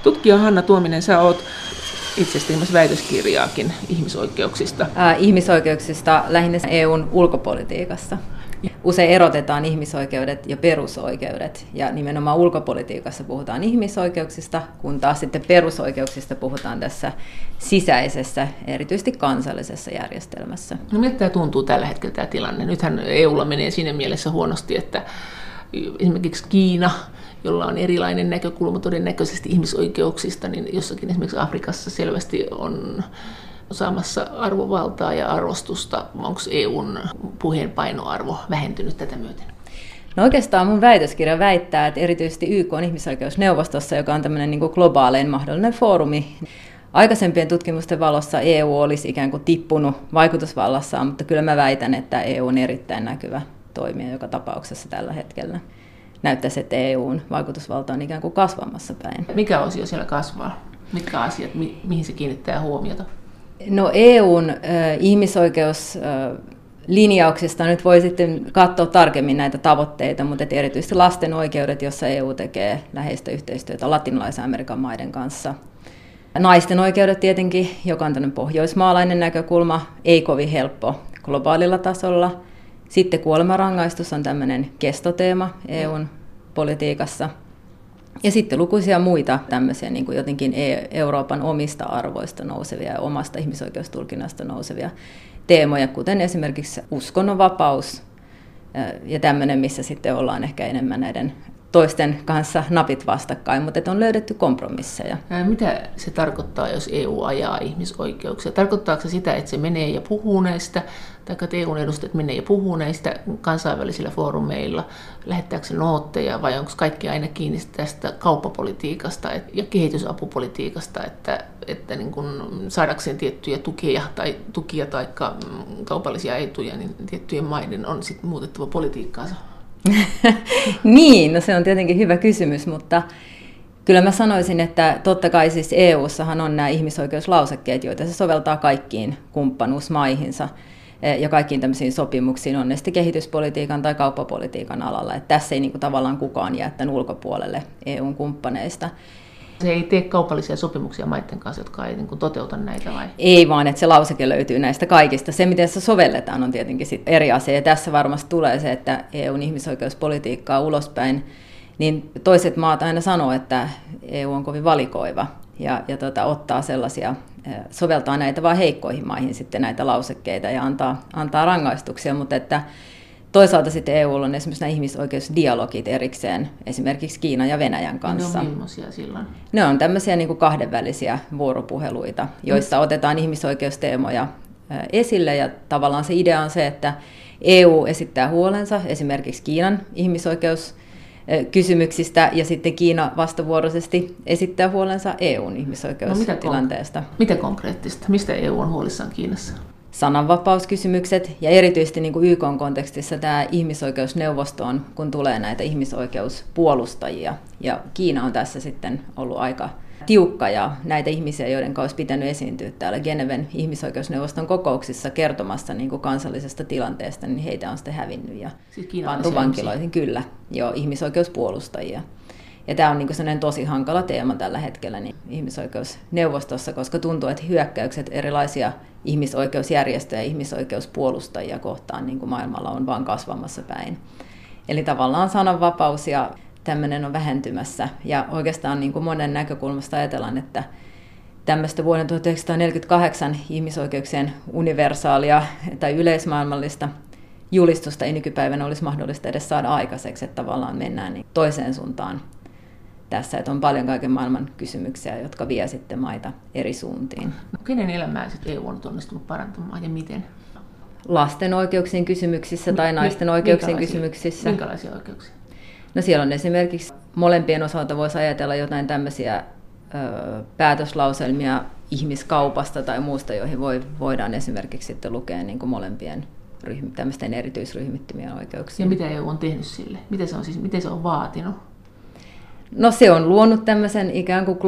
Tutkija Hanna Tuominen, sä oot itse asiassa tekemässä väitöskirjaakin ihmisoikeuksista. Ihmisoikeuksista lähinnä EUn ulkopolitiikassa. Usein erotetaan ihmisoikeudet ja perusoikeudet, ja nimenomaan ulkopolitiikassa puhutaan ihmisoikeuksista, kun taas sitten perusoikeuksista puhutaan tässä sisäisessä, erityisesti kansallisessa järjestelmässä. No miltä tämä tuntuu tällä hetkellä tämä tilanne? Nythän EUlla menee siinä mielessä huonosti, että esimerkiksi Kiina, jolla on erilainen näkökulma todennäköisesti ihmisoikeuksista, niin jossakin esimerkiksi Afrikassa selvästi on saamassa arvovaltaa ja arvostusta. Onko EUn puheen painoarvo vähentynyt tätä myöten? No oikeastaan mun väitöskirja väittää, että erityisesti YK:n ihmisoikeusneuvostossa, joka on tämmöinen niin kuin globaalein mahdollinen foorumi, aikaisempien tutkimusten valossa EU olisi ikään kuin tippunut vaikutusvallassaan, mutta kyllä mä väitän, että EU on erittäin näkyvä toimija joka tapauksessa tällä hetkellä. Näyttäisi, että EUn vaikutusvalta on ikään kuin kasvamassa päin. Mikä osio siellä kasvaa? Mitkä asiat, mihin se kiinnittää huomiota? No EUn ihmisoikeuslinjauksista nyt voi sitten katsoa tarkemmin näitä tavoitteita, mutta erityisesti lasten oikeudet, jossa EU tekee läheistä yhteistyötä latinalaisen Amerikan maiden kanssa. Naisten oikeudet tietenkin, joka on tämmöinen pohjoismaalainen näkökulma, ei kovin helppo globaalilla tasolla. Sitten kuolemanrangaistus on tämmöinen kestoteema EUn politiikassa. Ja sitten lukuisia muita tämmöisiä niin kuin jotenkin Euroopan omista arvoista nousevia ja omasta ihmisoikeustulkinnasta nousevia teemoja, kuten esimerkiksi uskonnonvapaus ja tämmöinen, missä sitten ollaan ehkä enemmän näiden toisten kanssa napit vastakkain, mutta on löydetty kompromisseja. Mitä se tarkoittaa, jos EU ajaa ihmisoikeuksia? Tarkoittaako se sitä, että se menee ja puhuu näistä, tai että EUn edustajat menee ja puhuu näistä kansainvälisillä foorumeilla? Lähettääkö se nootteja vai onko kaikki aina kiinni tästä kauppapolitiikasta ja kehitysapupolitiikasta, että niin kun saadakseen tiettyjä tukia tai kaupallisia etuja, niin tiettyjen maiden on sitten muutettava politiikkaansa? Niin, no se on tietenkin hyvä kysymys, mutta kyllä mä sanoisin, että totta kai siis EU:ssahan on nämä ihmisoikeuslausekkeet, joita se soveltaa kaikkiin kumppanuusmaihinsa ja kaikkiin tämmöisiin sopimuksiin, on ne sitten kehityspolitiikan tai kauppapolitiikan alalla. Että tässä ei niin kuin tavallaan kukaan jää tämän ulkopuolelle EUn kumppaneista. Se ei tee kaupallisia sopimuksia maiden kanssa, jotka ei niin kuin toteuta näitä vai? Ei vaan, että se lauseke löytyy näistä kaikista. Se, miten se sovelletaan, on tietenkin sit eri asia. Ja tässä varmasti tulee se, että EUn ihmisoikeuspolitiikkaa ulospäin, niin toiset maat aina sanoo, että EU on kovin valikoiva ja ottaa sellaisia, soveltaa näitä vain heikkoihin maihin sitten näitä lausekkeita ja antaa rangaistuksia, mutta että toisaalta sitten EUlla on esimerkiksi nämä ihmisoikeusdialogit erikseen, esimerkiksi Kiinan ja Venäjän kanssa. Ne on millaisia silloin? Ne on tämmöisiä niin kuin kahdenvälisiä vuoropuheluita, joissa otetaan ihmisoikeusteemoja esille, ja tavallaan se idea on se, että EU esittää huolensa esimerkiksi Kiinan ihmisoikeuskysymyksistä, ja sitten Kiina vastavuoroisesti esittää huolensa EUn ihmisoikeustilanteesta. No mitä konkreettista? Mistä EU on huolissaan Kiinassa? Sananvapauskysymykset ja erityisesti niin kuin YK-kontekstissa tämä ihmisoikeusneuvostoon, kun tulee näitä ihmisoikeuspuolustajia. Ja Kiina on tässä sitten ollut aika tiukka ja näitä ihmisiä, joiden olisi pitänyt esiintyä täällä Geneven ihmisoikeusneuvoston kokouksissa kertomassa niin kuin kansallisesta tilanteesta, niin heitä on sitten hävinnyt ja pantu vankiloihin. Kyllä, joo, ihmisoikeuspuolustajia. Ja tämä on niin kuin sellainen tosi hankala teema tällä hetkellä niin ihmisoikeusneuvostossa, koska tuntuu, että hyökkäykset erilaisia ihmisoikeusjärjestöjä ja ihmisoikeuspuolustajia kohtaan niin kuin maailmalla on vaan kasvamassa päin. Eli tavallaan sananvapaus ja tämmöinen on vähentymässä. Ja oikeastaan niin kuin monen näkökulmasta ajatellaan, että tämmöistä vuoden 1948 ihmisoikeuksien universaalia tai yleismaailmallista julistusta ei nykypäivänä olisi mahdollista edes saada aikaiseksi, että tavallaan mennään niin toiseen suuntaan tässä, että on paljon kaiken maailman kysymyksiä, jotka vie sitten maita eri suuntiin. No, kenen elämää sitten EU on onnistunut parantamaan ja miten? Lasten oikeuksien kysymyksissä tai naisten oikeuksien kysymyksissä. Minkälaisia oikeuksia? No siellä on esimerkiksi molempien osalta voisi ajatella jotain tämmöisiä päätöslauselmia ihmiskaupasta tai muusta, joihin voidaan esimerkiksi sitten lukea niin kuin molempien tämmöisten erityisryhmittymien oikeuksia. Ja mitä EU on tehnyt sille? Miten se on vaatinut? No se on luonut tämmöisen ikään kuin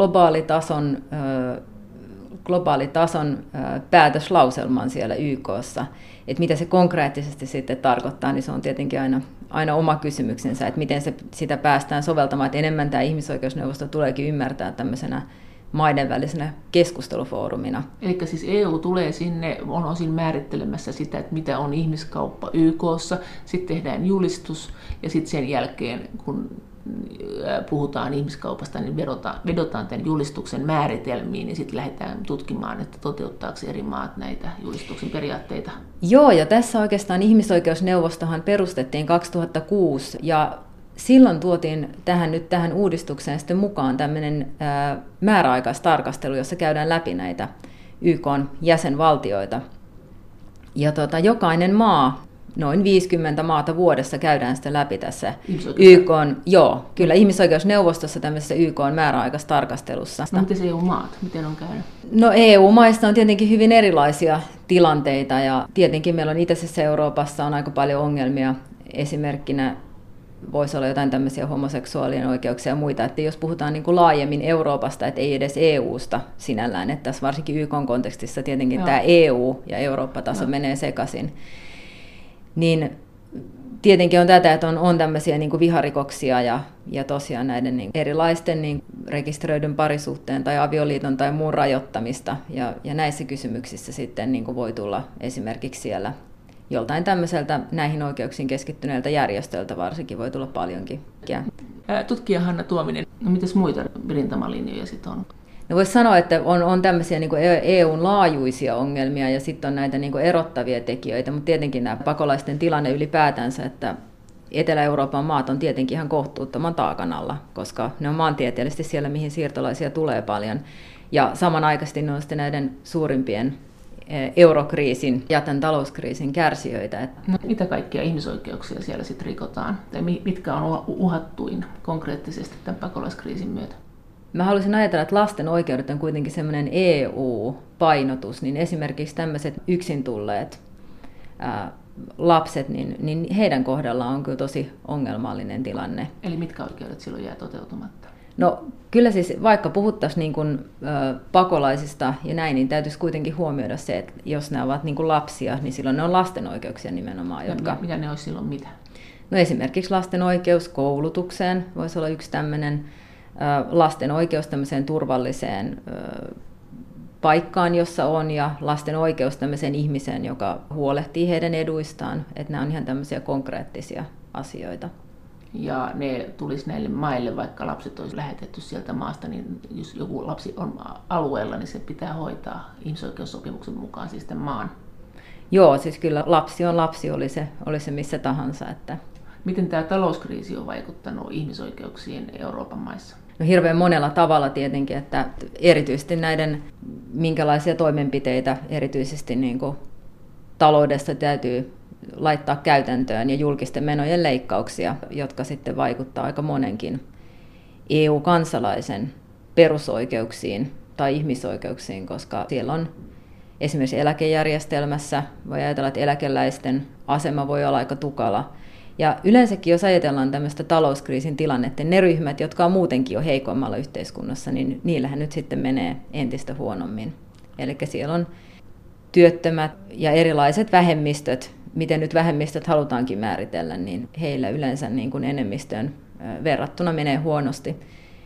globaalitason päätöslauselman siellä YK:ssa. Että mitä se konkreettisesti sitten tarkoittaa, niin se on tietenkin aina oma kysymyksensä, että miten sitä päästään soveltamaan, että enemmän tämä ihmisoikeusneuvosto tuleekin ymmärtää tämmöisenä maiden välisenä keskustelufoorumina. Eli siis EU tulee sinne, on osin määrittelemässä sitä, että mitä on ihmiskauppa YK:ssa, sitten tehdään julistus ja sitten sen jälkeen, kun puhutaan ihmiskaupasta, niin vedotaan tämän julistuksen määritelmiin ja sitten lähdetään tutkimaan, että toteuttaako eri maat näitä julistuksen periaatteita. Joo, ja tässä oikeastaan ihmisoikeusneuvostohan perustettiin 2006 ja silloin tuotiin tähän uudistukseen sitten mukaan tämmöinen määräaikaistarkastelu, jossa käydään läpi näitä YK:n jäsenvaltioita. Ja jokainen maa, noin 50 maata vuodessa käydään sitä läpi tässä ihmisoikeusneuvostossa tämmöisessä YK:n määräaikaistarkastelussa. No miten EU-maat, miten on käynyt? No EU-maista on tietenkin hyvin erilaisia tilanteita ja tietenkin meillä on itäisessä Euroopassa on aika paljon ongelmia. Esimerkkinä voisi olla jotain tämmöisiä homoseksuaalien oikeuksia ja muita, että jos puhutaan niin kuin laajemmin Euroopasta, että ei edes EUsta sinällään, että tässä varsinkin YK-kontekstissa tietenkin tämä EU ja Eurooppa-taso menee sekaisin, niin tietenkin on tätä, että on tämmöisiä niin kuin viharikoksia ja tosiaan näiden niin erilaisten niin rekisteröidyn parisuhteen tai avioliiton tai muun rajoittamista ja näissä kysymyksissä sitten niin kuin voi tulla esimerkiksi siellä joltain tämmöiseltä näihin oikeuksiin keskittyneeltä järjestöltä varsinkin voi tulla paljonkin. Tutkija Hanna Tuominen, no mitäs muita rintamalinjoja sitten on? No voisi sanoa, että on tämmöisiä niin kuin EUn laajuisia ongelmia ja sitten on näitä niin kuin erottavia tekijöitä, mutta tietenkin nämä pakolaisten tilanne ylipäätänsä, että Etelä-Euroopan maat on tietenkin ihan kohtuuttoman taakan alla, koska ne on maantieteellisesti siellä, mihin siirtolaisia tulee paljon. Ja samanaikaisesti ne on sitten näiden suurimpien eurokriisin ja tämän talouskriisin kärsijöitä. No, mitä kaikkia ihmisoikeuksia siellä sitten rikotaan? Tai mitkä on uhattuin konkreettisesti tämän pakolaiskriisin myötä? Mä haluaisin ajatella, että lasten oikeudet on kuitenkin semmoinen EU-painotus, niin esimerkiksi tämmöiset yksin tulleet lapset, niin heidän kohdallaan on kyllä tosi ongelmallinen tilanne. Eli mitkä oikeudet silloin jää toteutumatta? No kyllä siis, vaikka puhuttaisiin niin kuin, pakolaisista ja näin, niin täytyisi kuitenkin huomioida se, että jos nämä ovat niin kuin lapsia, niin silloin ne on lasten oikeuksia nimenomaan. Mitä ne olisi silloin mitä? No esimerkiksi lasten oikeus koulutukseen voisi olla yksi tämmöinen, lasten oikeus tämmöiseen turvalliseen paikkaan, jossa on, ja lasten oikeus tämmöiseen ihmiseen, joka huolehtii heidän eduistaan. Että nämä on ihan tämmöisiä konkreettisia asioita. Ja ne tulisi näille maille, vaikka lapset olisi lähetetty sieltä maasta, niin jos joku lapsi on alueella, niin se pitää hoitaa ihmisoikeussopimuksen mukaan siis tämän maan. Joo, siis kyllä lapsi on lapsi, oli se missä tahansa. Että. Miten tämä talouskriisi on vaikuttanut ihmisoikeuksiin Euroopan maissa? No hirveän monella tavalla tietenkin, että erityisesti näiden, minkälaisia toimenpiteitä erityisesti niin kuin taloudessa täytyy laittaa käytäntöön ja julkisten menojen leikkauksia, jotka sitten vaikuttaa aika monenkin EU-kansalaisen perusoikeuksiin tai ihmisoikeuksiin, koska siellä on esimerkiksi eläkejärjestelmässä, voi ajatella, että eläkeläisten asema voi olla aika tukala. Ja yleensäkin, jos ajatellaan tämmöistä talouskriisin tilannetta, ne ryhmät, jotka on muutenkin jo heikommalla yhteiskunnassa, niin niillähän nyt sitten menee entistä huonommin. Eli siellä on työttömät ja erilaiset vähemmistöt, miten nyt vähemmistöt halutaankin määritellä, niin heillä yleensä niin kuin enemmistöön verrattuna menee huonosti.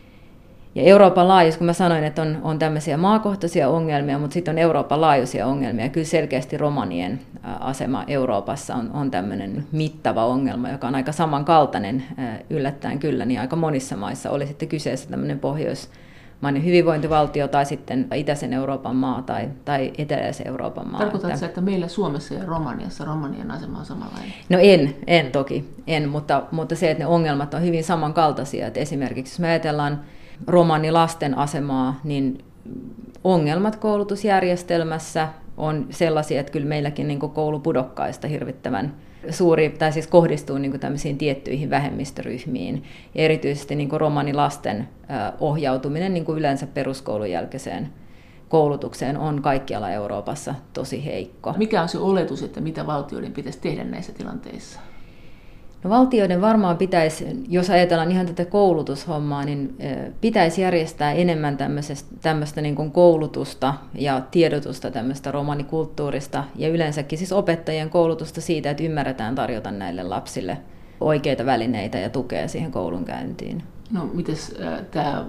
Ja Euroopan laajuus, kun mä sanoin, että on tämmöisiä maakohtaisia ongelmia, mutta sitten on Euroopan laajuisia ongelmia. Kyllä selkeästi romanien asema Euroopassa on tämmöinen mittava ongelma, joka on aika samankaltainen yllättäen kyllä, niin aika monissa maissa oli sitten kyseessä tämmöinen pohjoismainen hyvinvointivaltio tai sitten itäisen Euroopan maa tai eteläisen Euroopan maa. Tarkoitatko se, että meillä Suomessa ja Romaniassa romanien asema on samanlainen? No en toki, mutta se, että ne ongelmat on hyvin samankaltaisia. Että esimerkiksi jos me ajatellaan romanilasten asemaa, niin ongelmat koulutusjärjestelmässä on sellaisia, että kyllä meilläkin niin kuin koulupudokkaista hirvittävän suuri, tai siis kohdistuu niin kuin tämmöisiin tiettyihin vähemmistöryhmiin. Ja erityisesti niin kuin romanilasten ohjautuminen niin kuin yleensä peruskoulun jälkeiseen koulutukseen on kaikkialla Euroopassa tosi heikko. Mikä on se oletus, että mitä valtioiden pitäisi tehdä näissä tilanteissa? No valtioiden varmaan pitäisi, jos ajatellaan ihan tätä koulutushommaa, niin pitäisi järjestää enemmän tämmöistä niin kuin koulutusta ja tiedotusta tämmöistä romanikulttuurista ja yleensäkin siis opettajien koulutusta siitä, että ymmärretään tarjota näille lapsille oikeita välineitä ja tukea siihen koulunkäyntiin. No mites tämä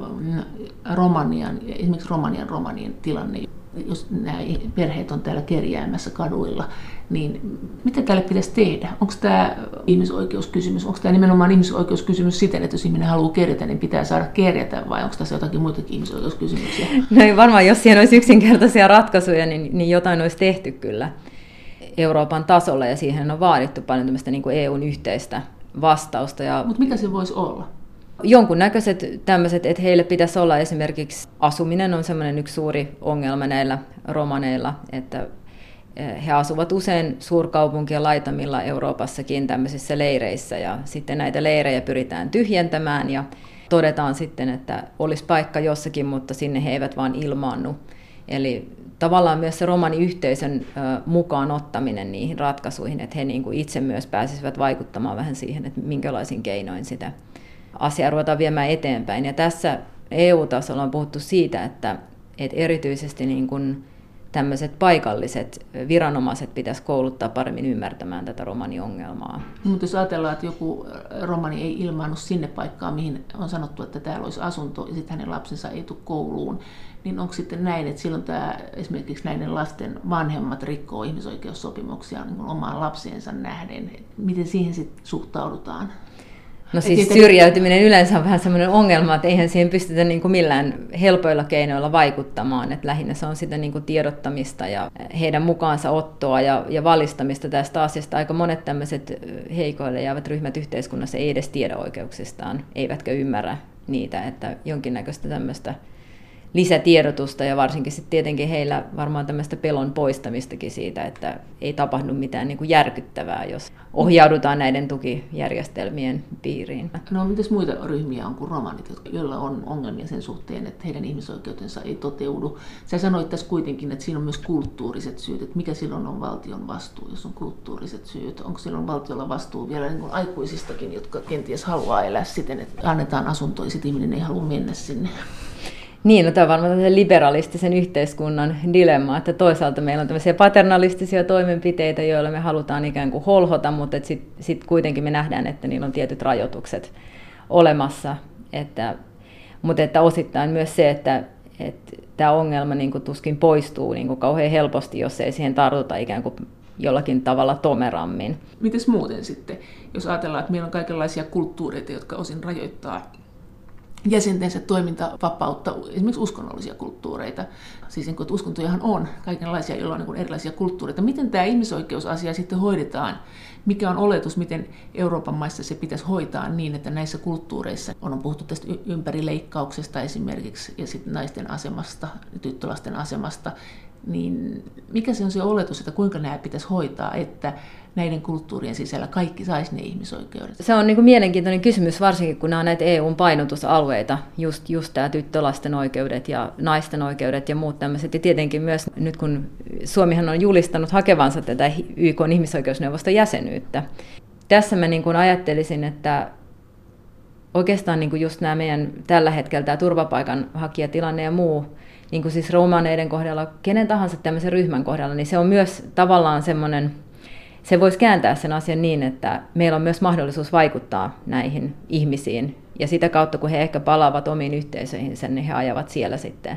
esimerkiksi romanien tilanne, jos nämä perheet on täällä kerjäämässä kaduilla, niin mitä tälle pitäisi tehdä? Onko tämä ihmisoikeuskysymys, onko tämä nimenomaan ihmisoikeuskysymys siten, että jos ihminen haluaa kerjätä, niin pitää saada kerjätä, vai onko tässä jotakin muitakin ihmisoikeuskysymyksiä? No varmaan, jos siihen olisi yksinkertaisia ratkaisuja, niin jotain olisi tehty kyllä Euroopan tasolla, ja siihen on vaadittu paljon tämmöistä niin kuin EUn yhteistä vastausta. Mutta mikä se voisi olla? Jonkunnäköiset tämmöiset, että heille pitäisi olla esimerkiksi asuminen on semmoinen yksi suuri ongelma näillä romaneilla, että he asuvat usein suurkaupunkien laitamilla Euroopassakin tämmöisissä leireissä, ja sitten näitä leirejä pyritään tyhjentämään ja todetaan sitten, että olisi paikka jossakin, mutta sinne he eivät vaan ilmaannu. Eli tavallaan myös se romaniyhteisön mukaan ottaminen niihin ratkaisuihin, että he niin kuin itse myös pääsisivät vaikuttamaan vähän siihen, että minkälaisin keinoin sitä asiaa ruvetaan viemään eteenpäin. Ja tässä EU-tasolla on puhuttu siitä, että erityisesti niin kuin tämmöiset paikalliset viranomaiset pitäisi kouluttaa paremmin ymmärtämään tätä romaniongelmaa. Mutta jos ajatellaan, että joku romani ei ilmaannu sinne paikkaan, mihin on sanottu, että täällä olisi asunto, ja sitten hänen lapsensa ei tule kouluun, niin onko sitten näin, että silloin esimerkiksi näiden lasten vanhemmat rikkoo ihmisoikeussopimuksia niin kuin omaan lapseensa nähden? Miten siihen sitten suhtaudutaan? No siis syrjäytyminen yleensä on vähän semmoinen ongelma, että eihän siihen pystytä niin kuin millään helpoilla keinoilla vaikuttamaan. Että lähinnä se on sitä niin kuin tiedottamista ja heidän mukaansa ottoa ja valistamista tästä asiasta. Aika monet tämmöiset heikoille jäävät ryhmät yhteiskunnassa ei edes tiedä oikeuksistaan, eivätkä ymmärrä niitä, että jonkinnäköistä tämmöistä lisätiedotusta ja varsinkin sitten tietenkin heillä varmaan tämmöistä pelon poistamistakin siitä, että ei tapahdu mitään niin kuin järkyttävää, jos ohjaudutaan näiden tukijärjestelmien piiriin. No mitäs muita ryhmiä on kuin romanit, joilla on ongelmia sen suhteen, että heidän ihmisoikeutensa ei toteudu? Sä sanoit tässä kuitenkin, että siinä on myös kulttuuriset syyt, että mikä silloin on valtion vastuu, jos on kulttuuriset syyt? Onko silloin valtiolla vastuu vielä niin kuin aikuisistakin, jotka kenties haluaa elää siten, että annetaan asuntoja, sitten ihminen ei halua mennä sinne? Niin, no tämä on varmaan liberalistisen yhteiskunnan dilemma, että toisaalta meillä on tämmöisiä paternalistisia toimenpiteitä, joilla me halutaan ikään kuin holhota, mutta sitten kuitenkin me nähdään, että niillä on tietyt rajoitukset olemassa. Mutta että osittain myös se, että tämä ongelma niin kuin tuskin poistuu niin kuin kauhean helposti, jos ei siihen tartuta ikään kuin jollakin tavalla tomerammin. Mites muuten sitten, jos ajatellaan, että meillä on kaikenlaisia kulttuureita, jotka osin rajoittaa jäsentensä toimintavapautta, esimerkiksi uskonnollisia kulttuureita. Siis että uskontojahan on kaikenlaisia, joilla on erilaisia kulttuureita. Miten tämä ihmisoikeusasia sitten hoidetaan? Mikä on oletus, miten Euroopan maissa se pitäisi hoitaa niin, että näissä kulttuureissa on puhuttu tästä ympärileikkauksesta esimerkiksi ja sitten naisten asemasta, tyttölasten asemasta, niin mikä se on se oletus, että kuinka nämä pitäisi hoitaa, että näiden kulttuurien sisällä kaikki saisi ne ihmisoikeudet? Se on niin kuin mielenkiintoinen kysymys, varsinkin kun nämä on näitä EUn painotusalueita, just tämä tyttölasten oikeudet ja naisten oikeudet ja muut tämmöiset. Ja tietenkin myös nyt kun Suomihan on julistanut hakevansa tätä YK:n ihmisoikeusneuvoston jäsenyyttä. Tässä mä niin kuin ajattelisin, että oikeastaan niin kuin just nämä meidän tällä hetkellä tämä turvapaikanhakijatilanne ja muu, niin kuin siis romaneiden kohdalla, kenen tahansa tämmöisen ryhmän kohdalla, niin se on myös tavallaan semmoinen, se voisi kääntää sen asian niin, että meillä on myös mahdollisuus vaikuttaa näihin ihmisiin. Ja sitä kautta, kun he ehkä palaavat omiin yhteisöihinsä, niin he ajavat siellä sitten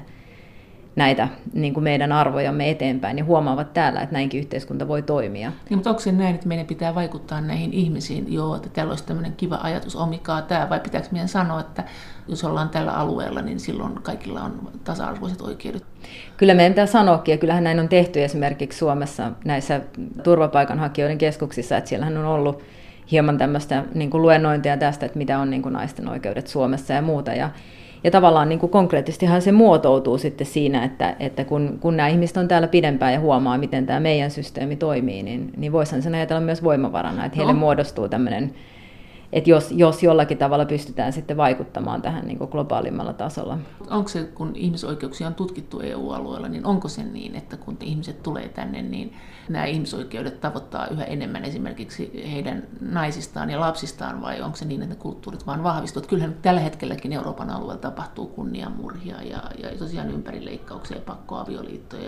näitä niin kuin meidän arvojamme eteenpäin ja huomaavat täällä, että näinkin yhteiskunta voi toimia. Niin, mutta onko se näin, että meidän pitää vaikuttaa näihin ihmisiin? Joo, että täällä olisi tämmöinen kiva ajatus, omikaa tämä, vai pitääkö meidän sanoa, että jos ollaan tällä alueella, niin silloin kaikilla on tasa-arvoiset oikeudet? Kyllä meidän pitää sanoakin, ja kyllähän näin on tehty esimerkiksi Suomessa näissä turvapaikanhakijoiden keskuksissa, että siellähän on ollut hieman tämmöistä niin kuin luennointia tästä, että mitä on niin kuin naisten oikeudet Suomessa ja muuta. Ja tavallaan niin kuin konkreettisestihan se muotoutuu sitten siinä, että kun nämä ihmiset on täällä pidempään ja huomaa, miten tämä meidän systeemi toimii, niin voisihan sen ajatella myös voimavarana, että heille muodostuu tämmöinen, että jos jollakin tavalla pystytään sitten vaikuttamaan tähän niin kuin globaalimmalla tasolla. Onko se, kun ihmisoikeuksia on tutkittu EU-alueella, niin onko se niin, että kun ihmiset tulee tänne, niin nämä ihmisoikeudet tavoittaa yhä enemmän esimerkiksi heidän naisistaan ja lapsistaan, vai onko se niin, että ne kulttuurit vaan vahvistuvat? Kyllähän tällä hetkelläkin Euroopan alueella tapahtuu kunniamurhia ja tosiaan ympärileikkauksia ja pakkoavioliittoja.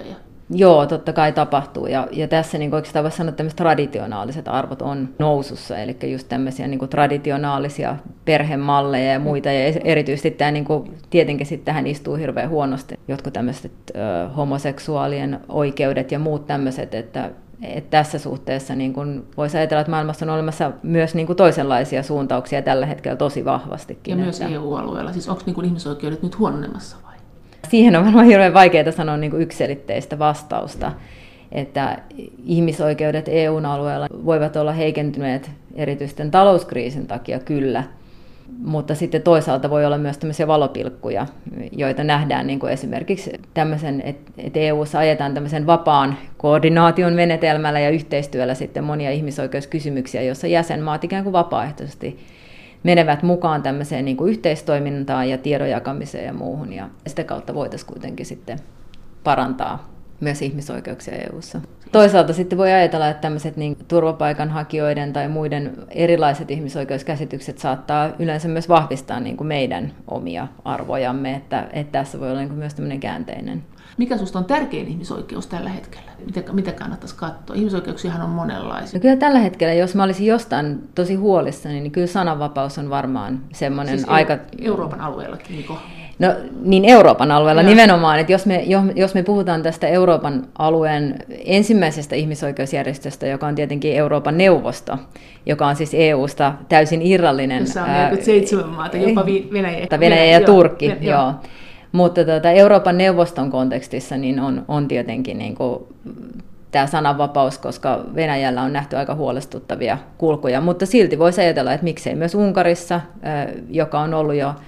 Joo, totta kai tapahtuu. Ja tässä niin oikeastaan voisi sanoa, että tämmöiset traditionaaliset arvot on nousussa, eli just tämmöisiä niin traditionaalisia perhemalleja ja muita, ja erityisesti tämä, niin kuin, tietenkin sitten tähän istuu hirveän huonosti jotkut tämmöiset homoseksuaalien oikeudet ja muut tämmöiset, että tässä suhteessa niin kuin voisi ajatella, että maailmassa on olemassa myös niin kuin toisenlaisia suuntauksia tällä hetkellä tosi vahvastikin. Ja myös EU-alueella, siis onko niin kuin ihmisoikeudet nyt huononemassa vai? Siihen on varmaan hirveän vaikeaa sanoa niin kuin yksiselitteistä vastausta, että ihmisoikeudet EU-alueella voivat olla heikentyneet erityisesti talouskriisin takia kyllä, mutta sitten toisaalta voi olla myös tämmöisiä valopilkkuja, joita nähdään niin kuin esimerkiksi tämmöisen, että EU:ssa ajetaan tämmöisen vapaan koordinaation menetelmällä ja yhteistyöllä sitten monia ihmisoikeuskysymyksiä, joissa jäsenmaat ikään kuin vapaaehtoisesti menevät mukaan tämmöiseen niin kuin yhteistoimintaan ja tiedon jakamiseen ja muuhun, ja sitä kautta voitaisiin kuitenkin sitten parantaa myös ihmisoikeuksia EU:ssa. Toisaalta sitten voi ajatella, että tämmöiset niin turvapaikanhakijoiden tai muiden erilaiset ihmisoikeuskäsitykset saattaa yleensä myös vahvistaa niin kuin meidän omia arvojamme, että tässä voi olla niin kuin myös tämmöinen käänteinen. Mikä sinusta on tärkein ihmisoikeus tällä hetkellä? Mitä kannattaisi katsoa? Ihmisoikeuksiahan on monenlaisia. No kyllä tällä hetkellä, jos mä olisin jostain tosi huolissani, niin kyllä sananvapaus on varmaan semmoinen siis aika... Euroopan alueellakin, Niko? No niin Euroopan alueella nimenomaan, että jos me puhutaan tästä Euroopan alueen ensimmäisestä ihmisoikeusjärjestöstä, joka on tietenkin Euroopan neuvosto, joka on siis EUsta täysin irrallinen. Jossa on 47 maata, jopa Venäjä ja Turkki, joo. Mutta Euroopan neuvoston kontekstissa niin on tietenkin niin kuin tämä sananvapaus, koska Venäjällä on nähty aika huolestuttavia kulkuja, mutta silti voisi ajatella, että miksei myös Unkarissa, joka on ollut jo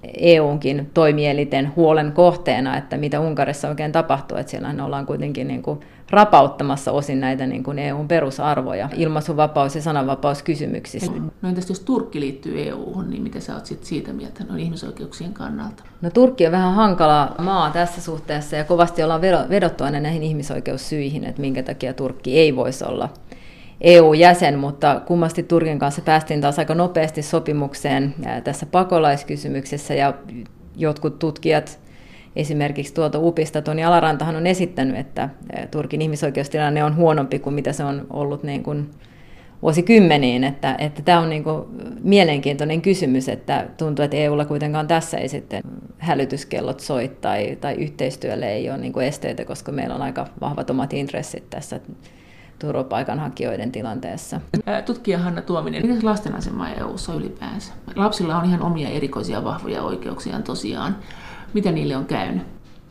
EUnkin toimielinten huolen kohteena, että mitä Unkarissa oikein tapahtuu, että siellä ollaan kuitenkin niin kuin rapauttamassa osin näitä niin kuin EUn perusarvoja, ilmaisuvapaus- ja sananvapauskysymyksissä. No entäs jos Turkki liittyy EU:hun, niin mitä sä oot siitä mieltä noin ihmisoikeuksien kannalta? No Turkki on vähän hankala maa tässä suhteessa ja kovasti ollaan vedottu aina näihin ihmisoikeussyihin, että minkä takia Turkki ei voisi olla EU-jäsen, mutta kummasti Turkin kanssa päästiin taas aika nopeasti sopimukseen tässä pakolaiskysymyksessä ja jotkut tutkijat, esimerkiksi tuolta UPista Toni Alarantahan on esittänyt, että Turkin ihmisoikeustilanne on huonompi kuin mitä se on ollut niin kuin vuosikymmeniin, että tämä on niin kuin mielenkiintoinen kysymys, että tuntuu, että EUlla kuitenkaan tässä ei sitten hälytyskellot soi tai yhteistyölle ei ole niin kuin esteitä, koska meillä on aika vahvat omat intressit tässä turvapaikanhakijoiden tilanteessa. Tutkija Hanna Tuominen, miten lasten asema EU:ssa ylipäänsä? Lapsilla on ihan omia erikoisia vahvoja oikeuksiaan tosiaan. Mitä niille on käynyt?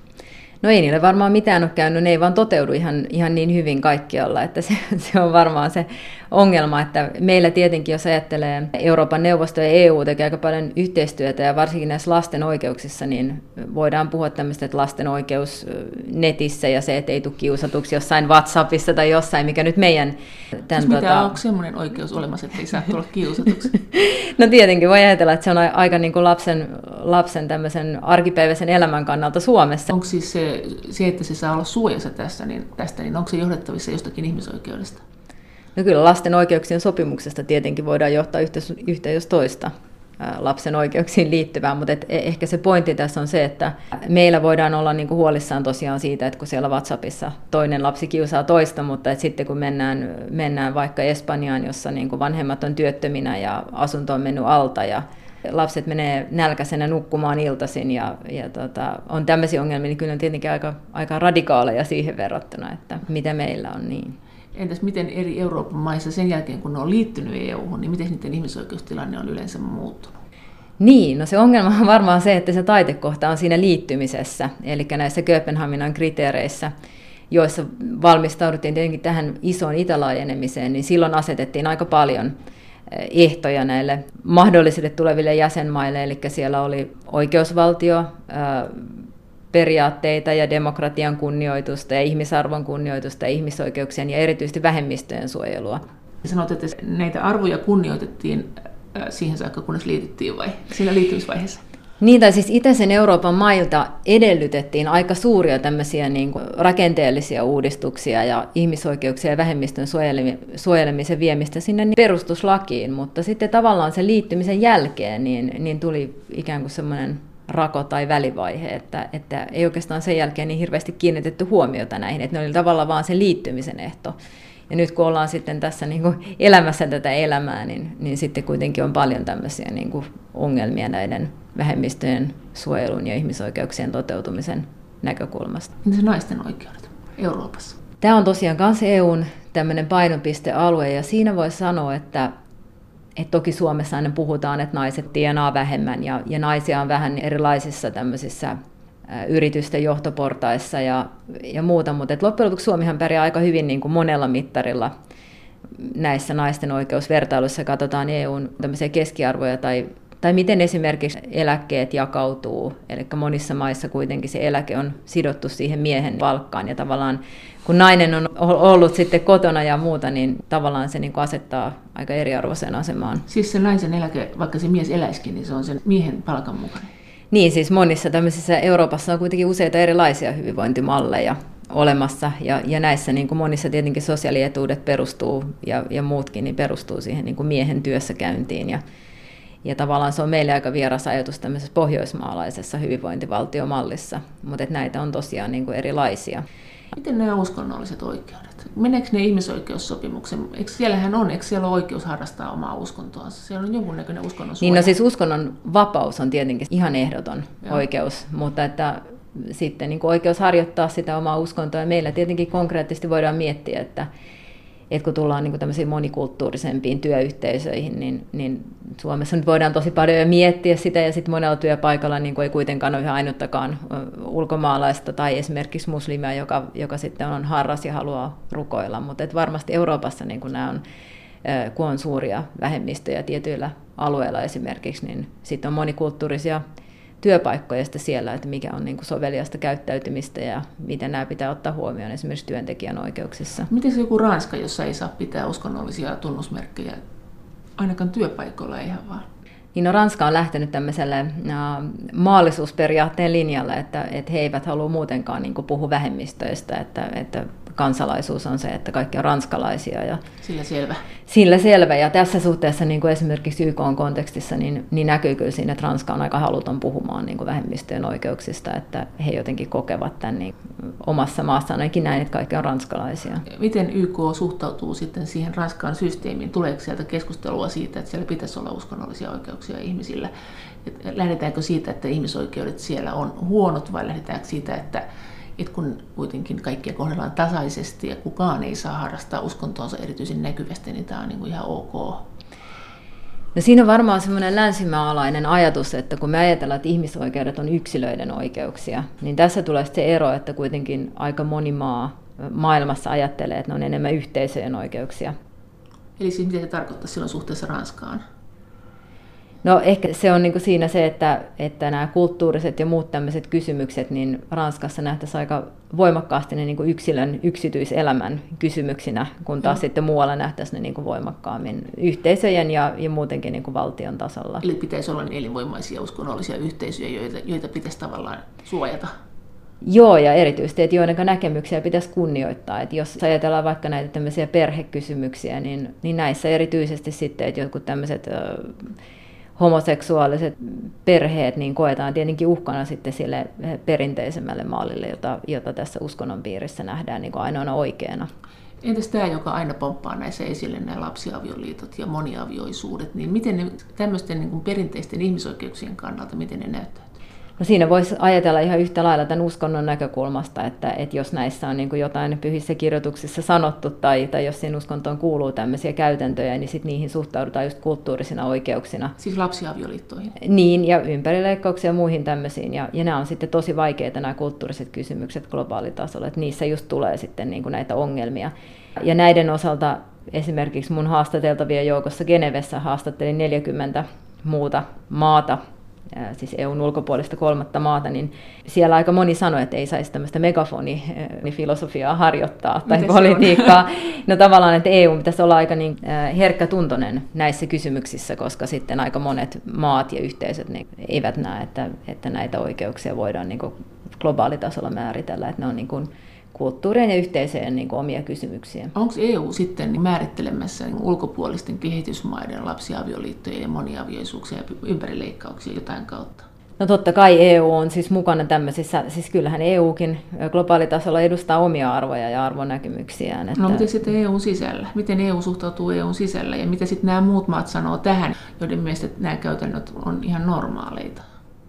No ei niille varmaan mitään ole käynyt, ne ei vaan toteudu ihan niin hyvin kaikkialla, että se on varmaan se ongelma, että meillä tietenkin, jos ajattelee Euroopan neuvosto ja EU tekee aika paljon yhteistyötä ja varsinkin näissä lasten oikeuksissa, niin voidaan puhua tämmöistä, että lasten oikeus netissä ja se, että ei tule kiusatuksi jossain WhatsAppissa tai jossain, mikä nyt meidän... Onko semmoinen oikeus olemassa, että ei saa tulla kiusatuksi? No tietenkin voi ajatella, että se on aika niin kuin lapsen tämmöisen arkipäiväisen elämän kannalta Suomessa. Onko siis se, että se saa olla suojassa tästä, niin onko se johdettavissa jostakin ihmisoikeudesta? No kyllä lasten oikeuksien sopimuksesta tietenkin voidaan johtaa yhtä jos toista lapsen oikeuksiin liittyvää, mutta ehkä se pointti tässä on se, että meillä voidaan olla niinku huolissaan tosiaan siitä, että kun siellä WhatsAppissa toinen lapsi kiusaa toista, mutta että sitten kun mennään vaikka Espanjaan, jossa niinku vanhemmat on työttöminä ja asunto on mennyt alta ja lapset menee nälkäisenä nukkumaan iltaisin ja on tämmöisiä ongelmia, niin kyllä on tietenkin aika radikaaleja siihen verrattuna, että mitä meillä on niin. Entäs miten eri Euroopan maissa sen jälkeen, kun ne on liittynyt EU:hun, niin miten niiden ihmisoikeustilanne on yleensä muuttunut? Niin, no se ongelma on varmaan se, että se taitekohta on siinä liittymisessä, eli näissä Kööpenhaminan kriteereissä, joissa valmistauduttiin tietenkin tähän isoon itälaajenemiseen, niin silloin asetettiin aika paljon ehtoja näille mahdollisille tuleville jäsenmaille, eli siellä oli oikeusvaltio, periaatteita ja demokratian kunnioitusta ja ihmisarvon kunnioitusta ja ihmisoikeuksien ja erityisesti vähemmistöjen suojelua. Sanoit, että näitä arvoja kunnioitettiin siihen saakka, kunnes liityttiin vai siinä liittymisvaiheessa? Niin, tai siis itäisen Euroopan mailta edellytettiin aika suuria tämmöisiä niin kuin rakenteellisia uudistuksia ja ihmisoikeuksia ja vähemmistön suojelemisen viemistä sinne perustuslakiin, mutta sitten tavallaan sen liittymisen jälkeen niin tuli ikään kuin semmoinen rako- tai välivaihe, että ei oikeastaan sen jälkeen niin hirveästi kiinnitetty huomiota näihin, että ne oli tavallaan vaan sen liittymisen ehto. Ja nyt kun ollaan sitten tässä niin kuin elämässä tätä elämää, niin sitten kuitenkin on paljon tämmöisiä niin kuin ongelmia näiden vähemmistöjen suojelun ja ihmisoikeuksien toteutumisen näkökulmasta. Entäs naisten oikeudet Euroopassa? Tämä on tosiaan myös EUn tämmöinen painopistealue, ja siinä voi sanoa, että toki Suomessa aina puhutaan, että naiset tienaa vähemmän, ja naisia on vähän erilaisissa tämmöisissä yritysten johtoportaissa ja muuta, mutta loppujen lopuksi Suomihan pärjää aika hyvin niin kuin monella mittarilla näissä naisten oikeusvertailuissa, katsotaan EUn tämmöisiä keskiarvoja tai miten esimerkiksi eläkkeet jakautuu, eli monissa maissa kuitenkin se eläke on sidottu siihen miehen palkkaan, ja tavallaan kun nainen on ollut sitten kotona ja muuta, niin tavallaan se niin kuin asettaa aika eriarvoiseen asemaan. Siis se naisen eläke, vaikka se mies eläisikin, niin se on sen miehen palkan mukainen? Niin, siis monissa tämmöisissä Euroopassa on kuitenkin useita erilaisia hyvinvointimalleja olemassa, ja näissä niin kuin monissa tietenkin sosiaalietuudet perustuu, ja muutkin niin perustuu siihen niin kuin miehen työssäkäyntiin, ja tavallaan se on meille aika vieras ajatus tämmöisessä pohjoismaalaisessa hyvinvointivaltiomallissa, mutta näitä on tosiaan niin kuin erilaisia. Miten nämä uskonnolliset oikeudet? Meneekö ne ihmisoikeussopimuksen? Eikö siellä ole oikeus harrastaa omaa uskontoansa? Siellä on jonkunnäköinen uskonnon suoja. Niin, no siis uskonnon vapaus on tietenkin ihan ehdoton oikeus, mutta että sitten niin kuin oikeus harjoittaa sitä omaa uskontoa. Ja meillä tietenkin konkreettisesti voidaan miettiä, että kun tullaan niin kuin tämmöisiin monikulttuurisempiin työyhteisöihin, niin Suomessa nyt voidaan tosi paljon jo miettiä sitä, ja sitten monella työpaikalla niin kuin ei kuitenkaan ole ihan ainuttakaan ulkomaalaista tai esimerkiksi muslimia, joka sitten on harras ja haluaa rukoilla, mutta varmasti Euroopassa niin kuin nämä on, kun on suuria vähemmistöjä tietyillä alueilla esimerkiksi, niin sitten on monikulttuurisia työpaikkoja siellä, että mikä on niin kuin soveliasta käyttäytymistä ja miten nämä pitää ottaa huomioon esimerkiksi työntekijän oikeuksissa. Miten se joku Ranska, jossa ei saa pitää uskonnollisia tunnusmerkkejä, ainakaan työpaikoilla ihan vaan? Niin no, Ranska on lähtenyt tämmöiselle maallisuusperiaatteen linjalle, että he eivät halua muutenkaan niin kuin puhua vähemmistöistä, että kansalaisuus on se, että kaikki on ranskalaisia. Ja sillä selvä. Sillä selvä, ja tässä suhteessa niin kuin esimerkiksi YK-kontekstissa niin näkyy kyllä siinä, että Ranska on aika haluton puhumaan niin kuin vähemmistöjen oikeuksista, että he jotenkin kokevat tämän niin omassa maassaan, ainakin näin, että kaikki on ranskalaisia. Miten YK suhtautuu sitten siihen Ranskan systeemiin? Tuleeko sieltä keskustelua siitä, että siellä pitäisi olla uskonnollisia oikeuksia ihmisillä? Lähdetäänkö siitä, että ihmisoikeudet siellä on huonot, vai lähdetäänkö siitä, että kun kuitenkin kaikkia kohdellaan tasaisesti ja kukaan ei saa harrastaa uskontoonsa erityisen näkyvästi, niin tämä on niin kuin ihan ok? No siinä on varmaan semmoinen länsimaalainen ajatus, että kun me ajatellaan, että ihmisoikeudet on yksilöiden oikeuksia, niin tässä tulee se ero, että kuitenkin aika moni maa maailmassa ajattelee, että ne on enemmän yhteisöjen oikeuksia. Eli siis mitä se tarkoittaa silloin suhteessa Ranskaan? No ehkä se on niin kuin siinä se, että nämä kulttuuriset ja muut tämmöiset kysymykset, niin Ranskassa nähtäisiin aika voimakkaasti ne niin kuin yksilön yksityiselämän kysymyksinä, kun taas sitten muualla nähtäisiin ne niin kuin voimakkaammin yhteisöjen ja muutenkin niin kuin valtion tasolla. Eli pitäisi olla elinvoimaisia uskonnollisia yhteisöjä, joita pitäisi tavallaan suojata. Joo, ja erityisesti, että joiden näkemyksiä pitäisi kunnioittaa. Että jos ajatellaan vaikka näitä tämmöisiä perhekysymyksiä, niin näissä erityisesti sitten, että jotkut tämmöiset homoseksuaaliset perheet niin koetaan tietenkin uhkana sitten sille perinteisemmälle mallille, jota tässä uskonnon piirissä nähdään niin kuin ainoana oikeana. Entäs tämä, joka aina pomppaa näissä esille, nämä lapsiavioliitot ja moniavioisuudet, niin miten ne tämmöisten niin kuin perinteisten ihmisoikeuksien kannalta, miten ne näyttävät? No siinä voisi ajatella ihan yhtä lailla tämän uskonnon näkökulmasta, että jos näissä on niin kuin jotain pyhissä kirjoituksissa sanottu tai jos siinä uskontoon kuuluu tämmöisiä käytäntöjä, niin sitten niihin suhtaudutaan just kulttuurisina oikeuksina. Siis lapsiavioliittoihin? Niin, ja ympärileikkauksia ja muihin tämmöisiin. Ja nämä on sitten tosi vaikeita nämä kulttuuriset kysymykset globaalitasolla, että niissä just tulee sitten niin kuin näitä ongelmia. Ja näiden osalta esimerkiksi mun haastateltavien joukossa Genevessä haastattelin 40 muuta maata, siis EUn ulkopuolista 3. maata, niin siellä aika moni sanoi, että ei saisi tämmöistä megafonifilosofiaa harjoittaa tai politiikkaa. No tavallaan, että EU pitäisi olla aika niin herkkätuntoinen näissä kysymyksissä, koska sitten aika monet maat ja yhteisöt niin eivät näe, että näitä oikeuksia voidaan niin kuin globaalitasolla määritellä, että ne on niin kuin kulttuurien ja yhteisöjen niin kuin omia kysymyksiä. Onko EU sitten määrittelemässä ulkopuolisten kehitysmaiden lapsiavioliittoja ja moniavioisuuksia ja ympärileikkauksia jotain kautta? No totta kai EU on siis mukana tämmöisissä, siis kyllähän EUkin globaalitasolla edustaa omia arvoja ja arvonäkemyksiään. No miten sitten EU sisällä? Miten EU suhtautuu EUn sisällä ja mitä sitten nämä muut maat sanoo tähän, joiden mielestä nämä käytännöt on ihan normaaleita?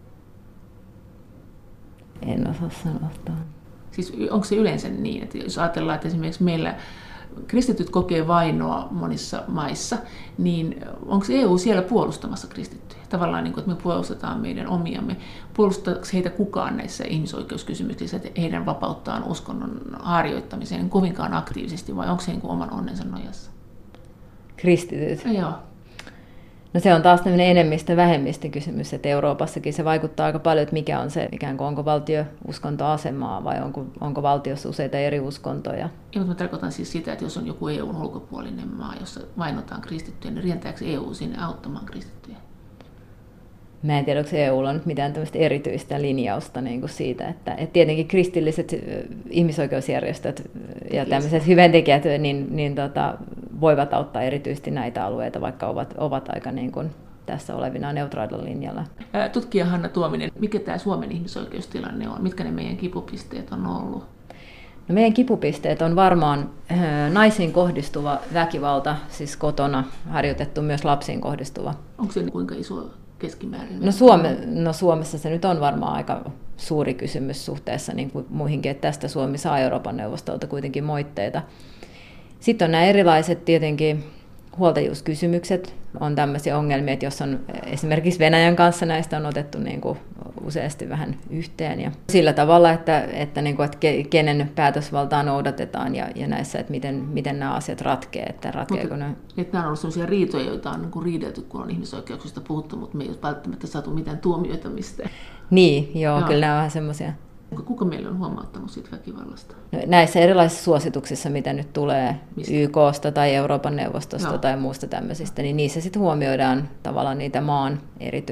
En osaa sanoa. Siis onko se yleensä niin, että jos ajatellaan, että esimerkiksi meillä kristityt kokee vainoa monissa maissa, niin onko EU siellä puolustamassa kristittyjä? Tavallaan niin kuin, että me puolustetaan meidän omiamme. Puolustaako heitä kukaan näissä ihmisoikeuskysymyksissä, että heidän vapauttaan uskonnon harjoittamiseen kovinkaan aktiivisesti, vai onko se niin kuin oman onnensa nojassa? Kristityt? Joo. No se on taas tämmöinen enemmistö-vähemmistö-kysymys, että Euroopassakin se vaikuttaa aika paljon, että mikä on se, ikään kuin onko valtio uskontoasemaa vai onko valtiossa useita eri uskontoja. Ja mä tarkoitan siis sitä, että jos on joku EUn ulkopuolinen maa, jossa vainotaan kristittyjä, niin rientääkö EU sinne auttamaan kristittyjä? Mä en tiedä, onko EUlla on nyt mitään tämmöistä erityistä linjausta niin kuin siitä, että tietenkin kristilliset ihmisoikeusjärjestöt ja tämmöiset hyväntekijät voivat auttaa erityisesti näitä alueita, vaikka ovat aika niin kuin tässä olevina neutraalilla linjalla. Tutkija Hanna Tuominen, mikä tämä Suomen ihmisoikeustilanne on? Mitkä ne meidän kipupisteet on ollut? No meidän kipupisteet on varmaan naisiin kohdistuva väkivalta, siis kotona harjoitettu myös lapsiin kohdistuva. Onko se kuinka iso keskimäärin? No Suomessa se nyt on varmaan aika suuri kysymys suhteessa niin kuin muihinkin, että tästä Suomi saa Euroopan neuvostolta kuitenkin moitteita. Sitten on nämä erilaiset tietenkin huoltajuuskysymykset, on tämmöisiä ongelmia, että jos on esimerkiksi Venäjän kanssa näistä on otettu niin kuin useasti vähän yhteen ja sillä tavalla, että kenen päätösvaltaa noudatetaan ja näissä, että miten nämä asiat ratkeaa. Että ratkeako ne. Että nämä on ollut sellaisia riitoja, joita on niin riidelty, kun on ihmisoikeuksista puhuttu, mutta me ei ole välttämättä saatu mitään tuomioita mistään. Niin, joo. Kyllä nämä on vähän semmoisia. Kuka meille on huomauttanut siitä väkivallasta? No, näissä erilaisissa suosituksissa, mitä nyt tulee Mistä? YK:sta tai Euroopan neuvostosta tai muusta tämmöisistä, niin niissä sitten huomioidaan tavallaan niitä maan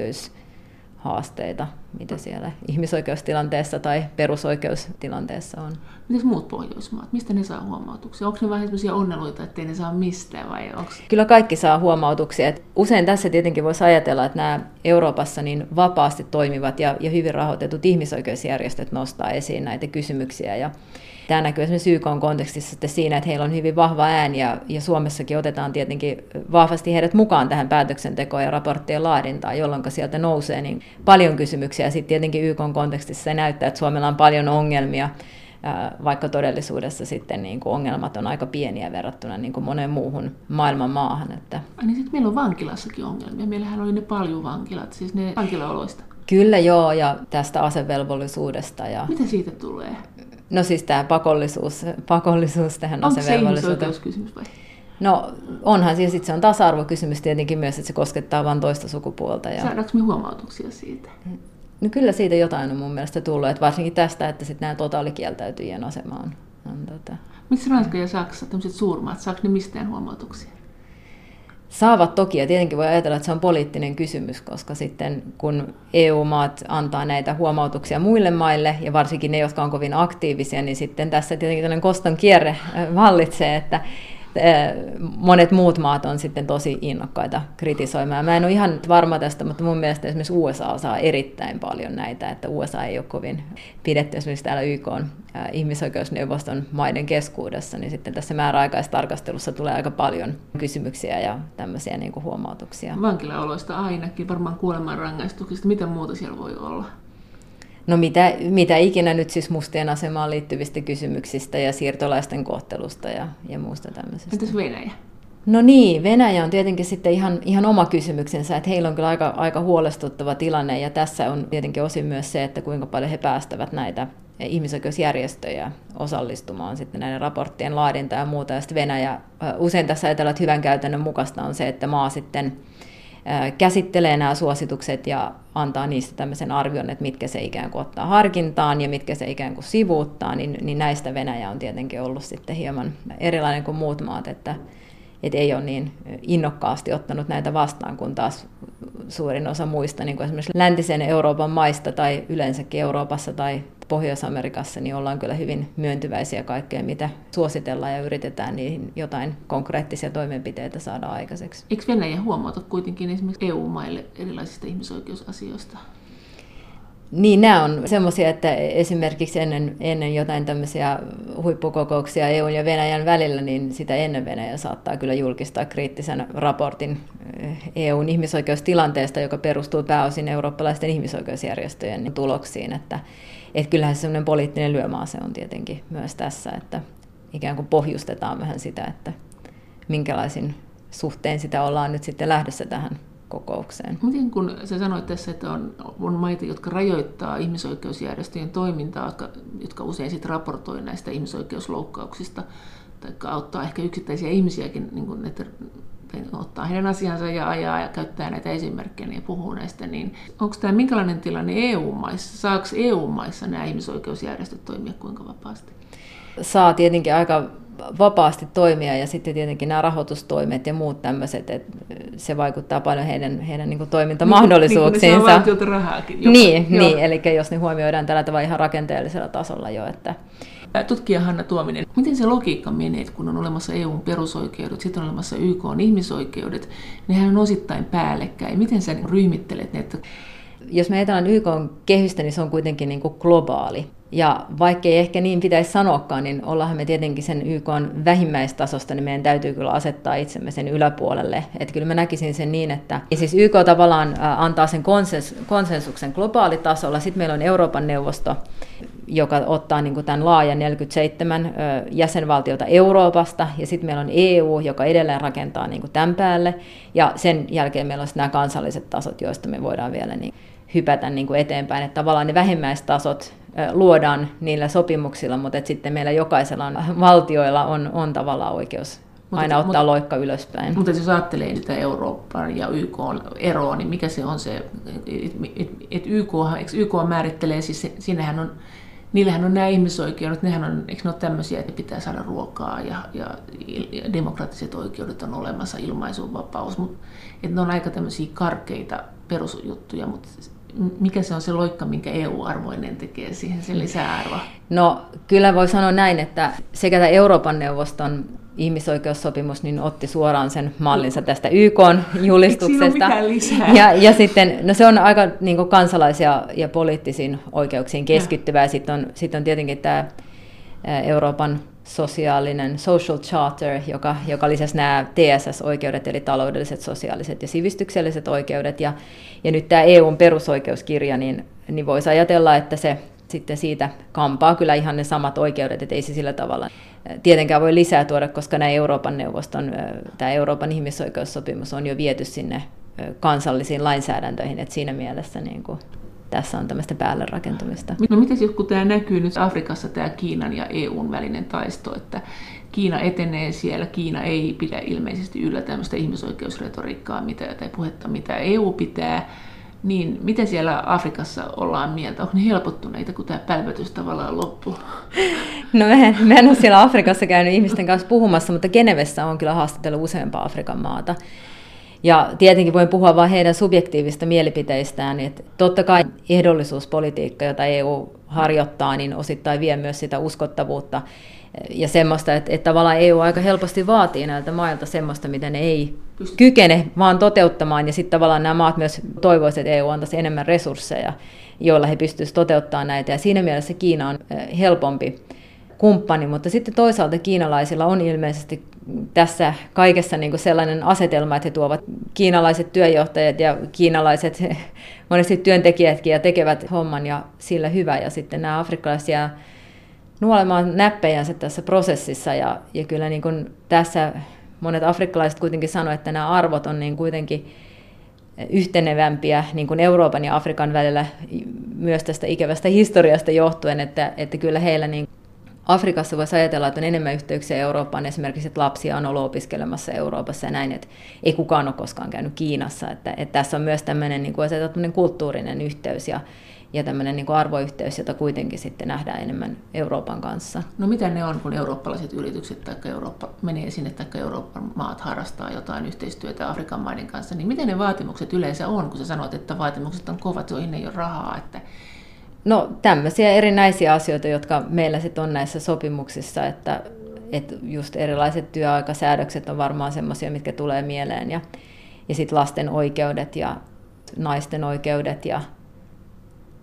erityishaasteita, mitä siellä ihmisoikeustilanteessa tai perusoikeustilanteessa on. Mitäs muut Pohjoismaat? Mistä ne saa huomautuksia? Onko ne vähän sellaisia onneluita, ettei ne saa mistään vai onko? Kyllä kaikki saa huomautuksia. Et usein tässä tietenkin voisi ajatella, että nämä Euroopassa niin vapaasti toimivat ja hyvin rahoitetut ihmisoikeusjärjestöt nostaa esiin näitä kysymyksiä. Ja tämä näkyy esimerkiksi YK-kontekstissa siinä, että heillä on hyvin vahva ääni ja Suomessakin otetaan tietenkin vahvasti heidät mukaan tähän päätöksentekoon ja raporttien laadintaan, jolloin sieltä nousee niin paljon kysymyksiä. Ja sitten tietenkin YK-kontekstissa se näyttää, että Suomella on paljon ongelmia, vaikka todellisuudessa sitten niin kuin ongelmat on aika pieniä verrattuna niin kuin moneen muuhun maailman maahan. Että. Niin sitten meillä on vankilassakin ongelmia. Meillähän oli ne paljuvankilat, siis ne vankilaoloista. Kyllä joo, ja tästä asevelvollisuudesta. Mitä siitä tulee? No siis tämä pakollisuus tähän onko asevelvollisuuteen. Onko se ihmisoikeuskysymys vai? No onhan siis se on tasa-arvokysymys tietenkin myös, että se koskettaa vain toista sukupuolta. Saadaanko me huomautuksia siitä? No kyllä siitä jotain on mun mielestä tullut, että varsinkin tästä, että sitten nämä totaalikieltäytyjien asema on Missä Ranska ja Saksa, tämmöiset suurmaat, saako ne mistään huomautuksia? Saavat toki, ja tietenkin voi ajatella, että se on poliittinen kysymys, koska sitten kun EU-maat antaa näitä huomautuksia muille maille, ja varsinkin ne, jotka on kovin aktiivisia, niin sitten tässä tietenkin tällainen koston kierre vallitsee, että monet muut maat on sitten tosi innokkaita kritisoimaan. Mä en ole ihan varma tästä, mutta mun mielestä esimerkiksi USA saa erittäin paljon näitä, että USA ei ole kovin pidetty esimerkiksi täällä YK:n ihmisoikeusneuvoston maiden keskuudessa, niin sitten tässä määräaikaistarkastelussa tulee aika paljon kysymyksiä ja tämmöisiä niin kuin huomautuksia. Vankilaoloista ainakin, varmaan kuolemanrangaistuksista. Mitä muuta siellä voi olla? No mitä ikinä nyt siis mustien asemaan liittyvistä kysymyksistä ja siirtolaisten kohtelusta ja muusta tämmöisestä. Entäs Venäjä? No niin, Venäjä on tietenkin sitten ihan oma kysymyksensä, että heillä on kyllä aika huolestuttava tilanne ja tässä on tietenkin osin myös se, että kuinka paljon he päästävät näitä ihmisoikeusjärjestöjä osallistumaan sitten näiden raporttien laadintaan ja muuta. Ja sitten Venäjä, usein tässä ajatellaan, että hyvän käytännön mukaista on se, että maa sitten käsittelee nämä suositukset ja antaa niistä tämmöisen arvion, että mitkä se ikään kuin ottaa harkintaan ja mitkä se ikään kuin sivuuttaa, niin näistä Venäjä on tietenkin ollut sitten hieman erilainen kuin muut maat, että ei ole niin innokkaasti ottanut näitä vastaan, kun taas suurin osa muista, niin kuin esimerkiksi läntisen Euroopan maista tai yleensäkin Euroopassa tai Pohjois-Amerikassa, niin ollaan kyllä hyvin myöntyväisiä kaikkeen, mitä suositellaan ja yritetään niihin jotain konkreettisia toimenpiteitä saada aikaiseksi. Eikö Venäjä huomauta kuitenkin esimerkiksi EU-maille erilaisista ihmisoikeusasioista? Niin, nämä on semmoisia, että esimerkiksi ennen jotain tämmöisiä huippukokouksia EUn ja Venäjän välillä, niin sitä ennen Venäjä saattaa kyllä julkistaa kriittisen raportin EUn ihmisoikeustilanteesta, joka perustuu pääosin eurooppalaisten ihmisoikeusjärjestöjen tuloksiin. Että kyllähän se semmoinen poliittinen lyömäase on tietenkin myös tässä, että ikään kuin pohjustetaan vähän sitä, että minkälaisin suhteen sitä ollaan nyt sitten lähdössä tähän kokoukseen. Miten kun sä sanoit tässä, että on maita, jotka rajoittaa ihmisoikeusjärjestöjen toimintaa, jotka usein sitten raportoi näistä ihmisoikeusloukkauksista, tai auttaa ehkä yksittäisiä ihmisiäkin, niin kun, että ottaa heidän asiansa ja ajaa ja käyttää näitä esimerkkejä ja puhuu näistä, niin onko tämä minkälainen tilanne EU-maissa? Saako EU-maissa nämä ihmisoikeusjärjestöt toimia kuinka vapaasti? Saa tietenkin aika vapaasti toimia ja sitten tietenkin nämä rahoitustoimet ja muut tämmöiset, että se vaikuttaa paljon heidän niin kuin toimintamahdollisuuksiinsa. Niin, ne saa valtiolta rahaakin. Niin, eli jos ne huomioidaan tällä tavalla ihan rakenteellisella tasolla jo. Että tutkija Hanna Tuominen, miten se logiikka menee, kun on olemassa EUn perusoikeudet, sitten on olemassa YK:n ihmisoikeudet, nehän on osittain päällekkäin. Miten sä ryhmittelet ne? Jos me ajatellaan YK:n kehystä, niin se on kuitenkin niin kuin globaali. Ja vaikkei ehkä niin pitäisi sanoakaan, niin ollaan me tietenkin sen YK:n vähimmäistasosta, niin meidän täytyy kyllä asettaa itsemme sen yläpuolelle. Että kyllä mä näkisin sen niin, että siis YK tavallaan antaa sen konsensuksen globaalitasolla. Sitten meillä on Euroopan neuvosto, joka ottaa niin kuin tämän laajan 47 jäsenvaltiota Euroopasta, ja sitten meillä on EU, joka edelleen rakentaa niin kuin tämän päälle, ja sen jälkeen meillä on nämä kansalliset tasot, joista me voidaan vielä niin hypätä niin kuin eteenpäin, että tavallaan ne vähimmäistasot luodaan niillä sopimuksilla, mutta sitten meillä jokaisella valtioilla on tavallaan oikeus aina ottaa loikka ylöspäin. Mutta jos ajattelee sitä Euroopan ja YK:n eroa, niin mikä se on se, että YK määrittelee, siis niillähän on nämä ihmisoikeudet, eikö ne ole tämmöisiä, että pitää saada ruokaa ja demokraattiset oikeudet on olemassa, ilmaisunvapaus, mutta että ne on aika tämmöisiä karkeita perusjuttuja, mutta mikä se on se loikka, minkä EU-arvoinen tekee siihen sen lisäarvoa? No kyllä voi sanoa näin, että sekä tämä Euroopan neuvoston ihmisoikeussopimus niin otti suoraan sen mallinsa tästä YK-julistuksesta. Ja sitten, no se on aika niin kuin kansalaisia ja poliittisiin oikeuksiin keskittyvää. Sitten on tietenkin tämä Euroopan sosiaalinen social charter, joka lisäsi nämä TSS-oikeudet, eli taloudelliset, sosiaaliset ja sivistykselliset oikeudet. Ja nyt tämä EUn perusoikeuskirja, niin voisi ajatella, että se sitten siitä kampaa kyllä ihan ne samat oikeudet, että ei se sillä tavalla tietenkään voi lisää tuoda, koska nämä Euroopan neuvoston, tämä Euroopan ihmisoikeussopimus on jo viety sinne kansallisiin lainsäädäntöihin, että siinä mielessä niin kuin tässä on tämmöistä päälle rakentumista. No miten kun tämä näkyy nyt Afrikassa, tämä Kiinan ja EUn välinen taisto, että Kiina etenee siellä, Kiina ei pidä ilmeisesti yllä tämmöistä ihmisoikeusretoriikkaa tai puhetta, mitä EU pitää, niin miten siellä Afrikassa ollaan mieltä? Onko ne helpottuneita, kun tämä pälvätys tavallaan loppuu? No mä en ole siellä Afrikassa käynyt ihmisten kanssa puhumassa, mutta Genevessä on kyllä haastatellut useampaa Afrikan maata. Ja tietenkin voin puhua vain heidän subjektiivista mielipiteistään, että totta kai ehdollisuuspolitiikka, jota EU harjoittaa, niin osittain vie myös sitä uskottavuutta ja semmoista, että tavallaan EU aika helposti vaatii näiltä mailta semmoista, mitä ne ei kykene vaan toteuttamaan, ja sitten tavallaan nämä maat myös toivoisivat, että EU antaisi enemmän resursseja, joilla he pystyisivät toteuttamaan näitä, ja siinä mielessä Kiina on helpompi kumppani, mutta sitten toisaalta kiinalaisilla on ilmeisesti tässä kaikessa niin kuin sellainen asetelma, että he tuovat kiinalaiset työjohtajat ja kiinalaiset monesti työntekijätkin ja tekevät homman ja sillä hyvä, ja sitten nämä afrikkalaiset jää nuolemaan näppejänsä tässä prosessissa, ja kyllä niin kuin tässä monet afrikkalaiset kuitenkin sanoivat, että nämä arvot on niin kuitenkin yhtenevämpiä niin kuin Euroopan ja Afrikan välillä myös tästä ikävästä historiasta johtuen, että kyllä heillä niin Afrikassa voisi ajatella, että on enemmän yhteyksiä Eurooppaan, esimerkiksi että lapsia on ollut opiskelemassa Euroopassa ja näin, että ei kukaan ole koskaan käynyt Kiinassa. Että tässä on myös tämmöinen, niin kuin tämmöinen kulttuurinen yhteys ja tämmöinen niin kuin arvoyhteys, jota kuitenkin sitten nähdään enemmän Euroopan kanssa. No mitä ne on, kun eurooppalaiset yritykset tai Eurooppa menee sinne tai Euroopan maat harrastaa jotain yhteistyötä Afrikan maiden kanssa, niin miten ne vaatimukset yleensä on, kun sä sanoit, että vaatimukset on kovat, joihin ei ole rahaa, että no tämmöisiä erinäisiä asioita, jotka meillä sitten on näissä sopimuksissa, että just erilaiset työaikasäädökset on varmaan semmoisia, mitkä tulee mieleen, ja sitten lasten oikeudet ja naisten oikeudet ja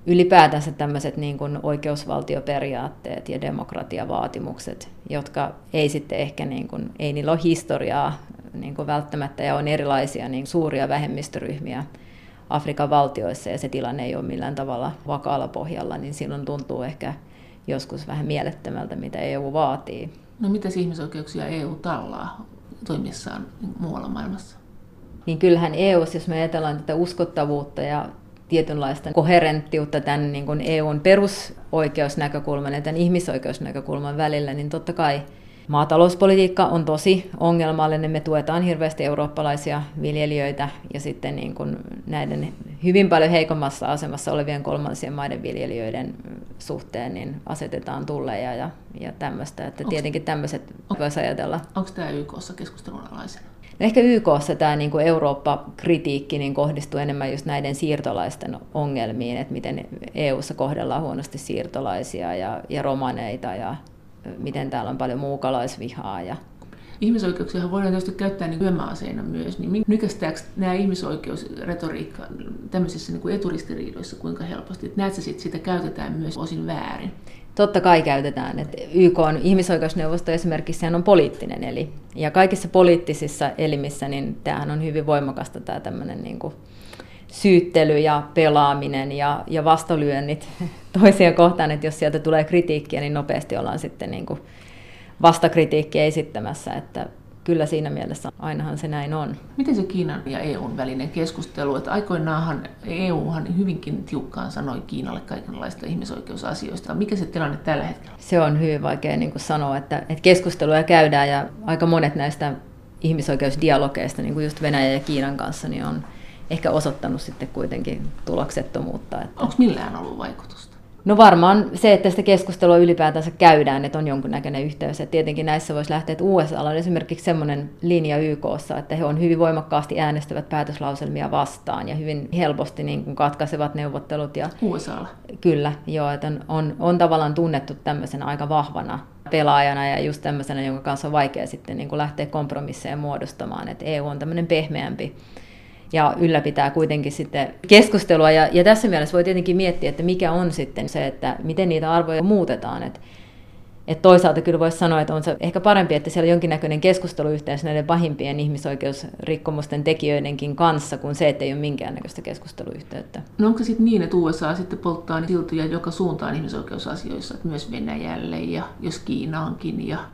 ylipäätänsä tämmöiset niin kuin oikeusvaltioperiaatteet ja demokratiavaatimukset, jotka ei sitten ehkä, niin kuin, ei niillä ole historiaa niin kuin välttämättä ja on erilaisia niin suuria vähemmistöryhmiä Afrikan valtioissa ja se tilanne ei ole millään tavalla vakaalla pohjalla, niin silloin tuntuu ehkä joskus vähän mielettömältä, mitä EU vaatii. No mitäs ihmisoikeuksia EU tallaa toimiessaan muualla maailmassa? Niin kyllähän EU:ssa, jos me ajatellaan tätä uskottavuutta ja tietynlaista koherenttiutta tämän niin kuin EUn perusoikeusnäkökulman ja tämän ihmisoikeusnäkökulman välillä, niin totta kai maatalouspolitiikka on tosi ongelmallinen. Me tuetaan hirveästi eurooppalaisia viljelijöitä ja sitten niin kuin näiden hyvin paljon heikommassa asemassa olevien kolmansien maiden viljelijöiden suhteen niin asetetaan tulleja ja tämmöistä. Että tietenkin tämmöiset voisi ajatella. Onko tämä YK:ssa keskustelun alaisena? No ehkä YK:ssa tämä niin kuin Eurooppa-kritiikki niin kohdistuu enemmän just näiden siirtolaisten ongelmiin, että miten EU:ssa kohdellaan huonosti siirtolaisia ja romaneita ja miten täällä on paljon muukalaisvihaa. Ihmisoikeuksia voidaan tietysti käyttää niin hyömäaseina myös. Niin nykästääkö nämä ihmisoikeusretoriikka tämmöisissä niin kuin eturistiriidoissa kuinka helposti? Näetkö sitä käytetään myös osin väärin? Totta kai käytetään. Että YK:n ihmisoikeusneuvosto esimerkiksi sehän on poliittinen eli. Ja kaikissa poliittisissa elimissä niin tämähän on hyvin voimakasta tämä tämmöinen niin kuin syyttely ja pelaaminen ja vastalyönnit toisia kohtaan, että jos sieltä tulee kritiikkiä, niin nopeasti ollaan sitten niin kuin vastakritiikkiä esittämässä, että kyllä siinä mielessä ainahan se näin on. Miten se Kiinan ja EUn välinen keskustelu, että aikoinaanhan EUhan hyvinkin tiukkaan sanoi Kiinalle kaikenlaista ihmisoikeusasioista. Mikä se tilanne tällä hetkellä? Se on hyvin vaikea niin kuin sanoa, että keskusteluja käydään ja aika monet näistä ihmisoikeusdialogeista, niin kuin just Venäjän ja Kiinan kanssa, niin on ehkä osoittanut sitten kuitenkin tuloksettomuutta. Onko millään ollut vaikutusta? No varmaan se, että sitä keskustelua ylipäätänsä käydään, että on jonkunnäköinen yhteys. Et tietenkin näissä voisi lähteä, että USA:lla on esimerkiksi semmoinen linja YK:ssa, että he on hyvin voimakkaasti äänestävät päätöslauselmia vastaan ja hyvin helposti niin kuin katkaisevat neuvottelut. Ja USA:lla? Kyllä, joo, että on tavallaan tunnettu tämmöisenä aika vahvana pelaajana ja just tämmöisenä, jonka kanssa on vaikea sitten niin kuin lähteä kompromisseja muodostamaan. Että EU on tämmöinen pehmeämpi ja ylläpitää kuitenkin sitten keskustelua. Ja tässä mielessä voi tietenkin miettiä, että mikä on sitten se, että miten niitä arvoja muutetaan. Että toisaalta kyllä voisi sanoa, että on se ehkä parempi, että siellä on jonkinnäköinen keskusteluyhteys näiden pahimpien ihmisoikeusrikkomusten tekijöidenkin kanssa, kuin se, että ei ole minkäännäköistä keskusteluyhteyttä. No onko se sitten niin, että USA sitten polttaa siltoja joka suuntaan ihmisoikeusasioissa, että myös Venäjälle ja jos Kiinaankin ja...